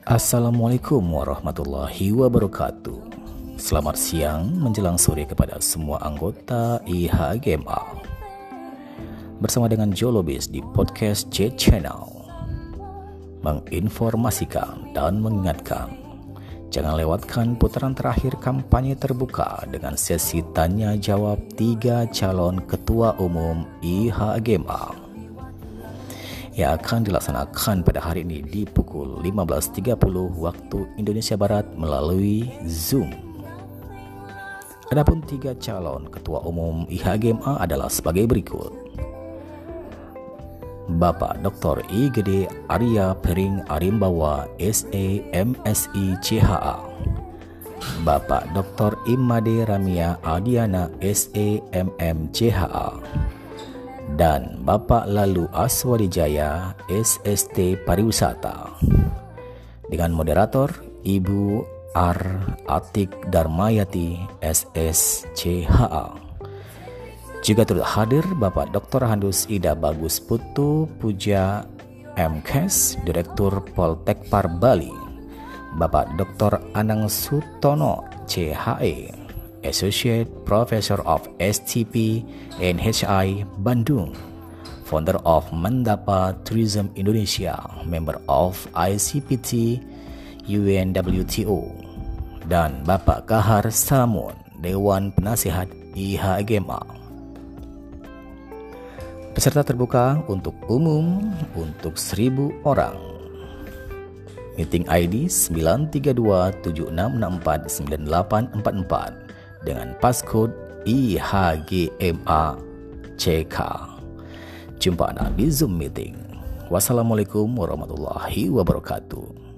Assalamualaikum warahmatullahi wabarakatuh. Selamat siang menjelang sore kepada semua anggota IHGMA. Bersama dengan Jolobis di podcast J Channel, menginformasikan dan mengingatkan, jangan lewatkan putaran terakhir kampanye terbuka dengan sesi tanya jawab 3 calon ketua umum IHGMA yang akan dilaksanakan pada hari ini di pukul 15.30 waktu Indonesia Barat melalui Zoom. Adapun 3 calon ketua umum IHGMA adalah sebagai berikut: Bapak Dr. I. Gede Arya Pering Arimbawa SE MSI CHA, Bapak Dr. Imade Ramia Adiana SE MM CHA, dan Bapak Lalu Aswadijaya SST Pariwisata, dengan moderator Ibu R. Atik Darmayati SSCHA. Juga turut hadir Bapak Dr. Handus Ida Bagus Putu Puja MKes Direktur Poltekpar Bali, Bapak Dr. Anang Sutono CHE Associate Professor of STP NHI Bandung, Founder of Mandapa Tourism Indonesia, Member of ICPT UNWTO, dan Bapak Kahar Samun, Dewan Penasihat IHGMA. Peserta terbuka untuk umum untuk 1.000 orang. Meeting ID 93276649844 dengan passcode IHGMA CK. Jumpa di Zoom meeting. Wassalamualaikum warahmatullahi wabarakatuh.